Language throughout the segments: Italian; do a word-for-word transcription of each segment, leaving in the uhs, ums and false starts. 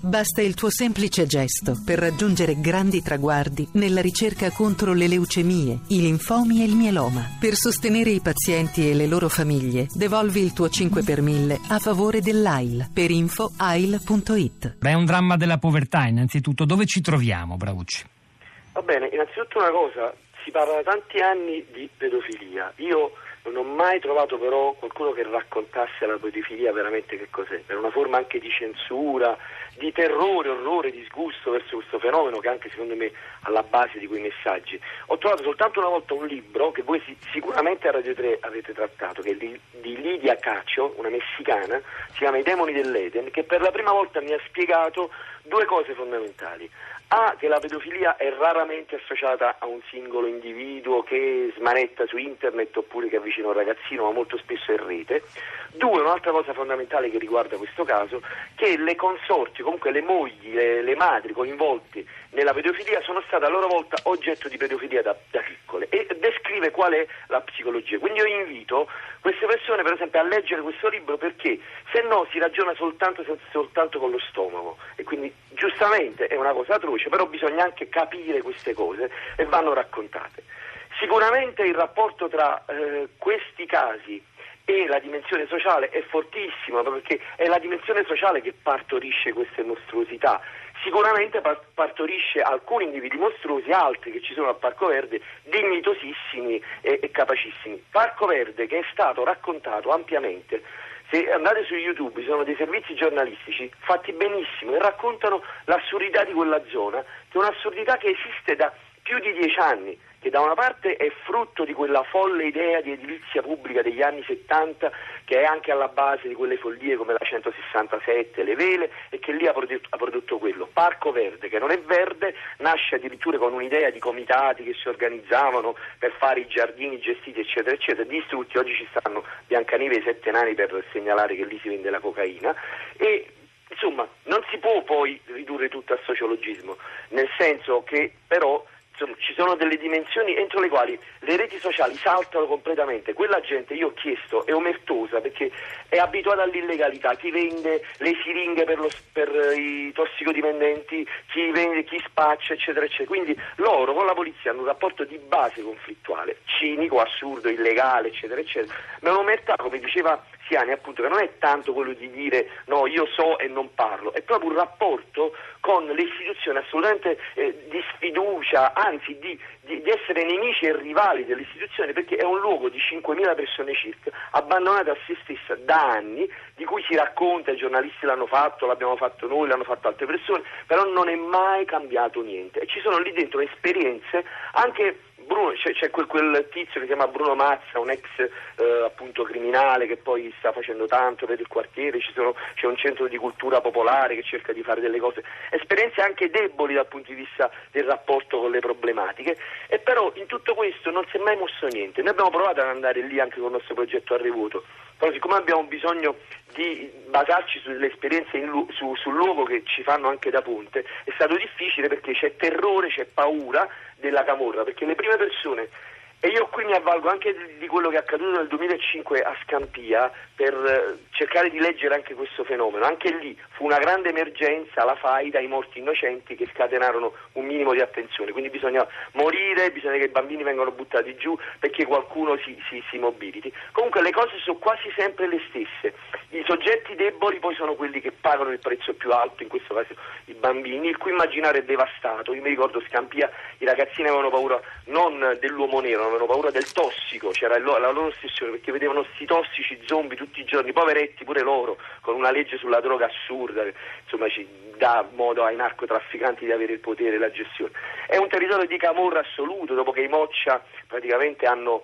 Basta il tuo semplice gesto per raggiungere grandi traguardi nella ricerca contro le leucemie, i linfomi e il mieloma. Per sostenere i pazienti e le loro famiglie, devolvi il tuo cinque per mille a favore dell'A I L. Per info A I L punto it. Beh, è un dramma della povertà, innanzitutto. Dove ci troviamo, Braucci? Va bene, innanzitutto una cosa, si parla da tanti anni di pedofilia. Io non ho mai trovato però qualcuno che raccontasse la pedofilia veramente che cos'è. È una forma anche di censura, di terrore, orrore, disgusto verso questo fenomeno che anche secondo me alla base di quei messaggi. Ho trovato soltanto una volta un libro che voi sicuramente a Radio tre avete trattato, che è di, di Lidia Cacio, una messicana, si chiama I demoni dell'Eden, che per la prima volta mi ha spiegato due cose fondamentali. A, che la pedofilia è raramente associata a un singolo individuo che smanetta su internet oppure che avvicina un ragazzino, ma molto spesso in rete. Due, un'altra cosa fondamentale che riguarda questo caso, che le consorti, comunque le mogli, le, le madri coinvolte nella pedofilia sono state a loro volta oggetto di pedofilia da, da piccole, e descrive qual è la psicologia. Quindi io invito queste persone per esempio a leggere questo libro, perché se no si ragiona soltanto, soltanto con lo stomaco, e quindi giustamente è una cosa atroce, però bisogna anche capire queste cose e vanno raccontate. Sicuramente il rapporto tra eh, questi casi e la dimensione sociale è fortissimo, perché è la dimensione sociale che partorisce queste mostruosità. Sicuramente partorisce alcuni individui mostruosi, altri che ci sono al Parco Verde, dignitosissimi e, e capacissimi. Parco Verde che è stato raccontato ampiamente. Se andate su YouTube ci sono dei servizi giornalistici fatti benissimo e raccontano l'assurdità di quella zona, che è un'assurdità che esiste da più di dieci anni, che da una parte è frutto di quella folle idea di edilizia pubblica degli anni settanta, che è anche alla base di quelle follie come la centosessantasette, le vele, e che lì ha prodotto, ha prodotto quello. Parco Verde, che non è verde, nasce addirittura con un'idea di comitati che si organizzavano per fare i giardini gestiti eccetera eccetera, distrutti. Oggi ci stanno Biancaneve e i Sette Nani per segnalare che lì si vende la cocaina, e insomma non si può poi ridurre tutto al sociologismo, nel senso che però insomma, ci sono delle dimensioni entro le quali le reti sociali saltano completamente. Quella gente, io ho chiesto, è omertosa perché è abituata all'illegalità. Chi vende le siringhe per, lo, per i tossicodipendenti, chi vende, chi spaccia eccetera eccetera. Quindi loro con la polizia hanno un rapporto di base conflittuale, cinico, assurdo, illegale eccetera eccetera, ma è un'omertà, come diceva Siani, appunto, che non è tanto quello di dire no, io so e non parlo, è proprio un rapporto con le istituzioni assolutamente eh, di sfiducia, anzi di, di, di essere nemici e rivali delle istituzioni, perché è un luogo di cinquemila persone circa, abbandonate a se stessa da anni, di cui si racconta, i giornalisti l'hanno fatto, l'abbiamo fatto noi, l'hanno fatto altre persone, però non è mai cambiato niente, e ci sono lì dentro esperienze anche. Bruno, c'è, c'è quel, quel tizio che si chiama Bruno Mazza, un ex eh, appunto criminale che poi sta facendo tanto per il quartiere, ci sono, c'è un centro di cultura popolare che cerca di fare delle cose, esperienze anche deboli dal punto di vista del rapporto con le problematiche, e però in tutto questo non si è mai mosso niente. Noi abbiamo provato ad andare lì anche con il nostro progetto Arrivuto, però siccome abbiamo bisogno di basarci sulle esperienze in lu- su, sul luogo che ci fanno anche da ponte, è stato difficile perché c'è terrore, c'è paura della camorra, perché le prime persone, e io qui mi avvalgo anche di, di quello che è accaduto nel duemilacinque a Scampia per eh, cercare di leggere anche questo fenomeno. Anche lì fu una grande emergenza, la faida, i morti innocenti che scatenarono un minimo di attenzione, quindi bisogna morire, bisogna che i bambini vengano buttati giù perché qualcuno si, si, si mobiliti. Comunque le cose sono quasi sempre le stesse, i soggetti deboli poi sono quelli che pagano il prezzo più alto, in questo caso i bambini, il cui immaginario è devastato. Io mi ricordo Scampia, i ragazzini avevano paura non dell'uomo nero, avevano paura del tossico, c'era la loro ossessione perché vedevano sti tossici zombie tutti i giorni, poveretti pure loro, con una legge sulla droga assurda, insomma ci dà modo ai narcotrafficanti di avere il potere e la gestione. È un territorio di camorra assoluto, dopo che i Moccia praticamente hanno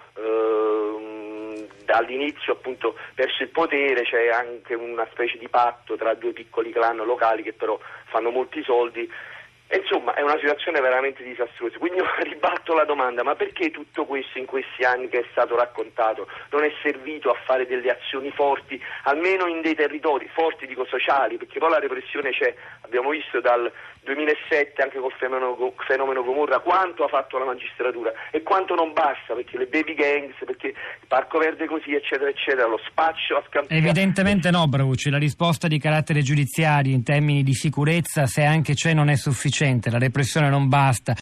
eh, dall'inizio appunto perso il potere, c'è anche una specie di patto tra due piccoli clan locali che però fanno molti soldi. Insomma, è una situazione veramente disastrosa. Quindi io ribatto la domanda: ma perché tutto questo in questi anni che è stato raccontato non è servito a fare delle azioni forti, almeno in dei territori forti, dico sociali, perché poi la repressione c'è, abbiamo visto dal duemilasette anche col fenomeno, fenomeno Gomorra quanto ha fatto la magistratura e quanto non basta, perché le baby gangs, perché il Parco Verde così eccetera eccetera, lo spaccio a scampia. Evidentemente no, Bravucci, la risposta di carattere giudiziario in termini di sicurezza, se anche c'è, non è sufficiente, la repressione non basta.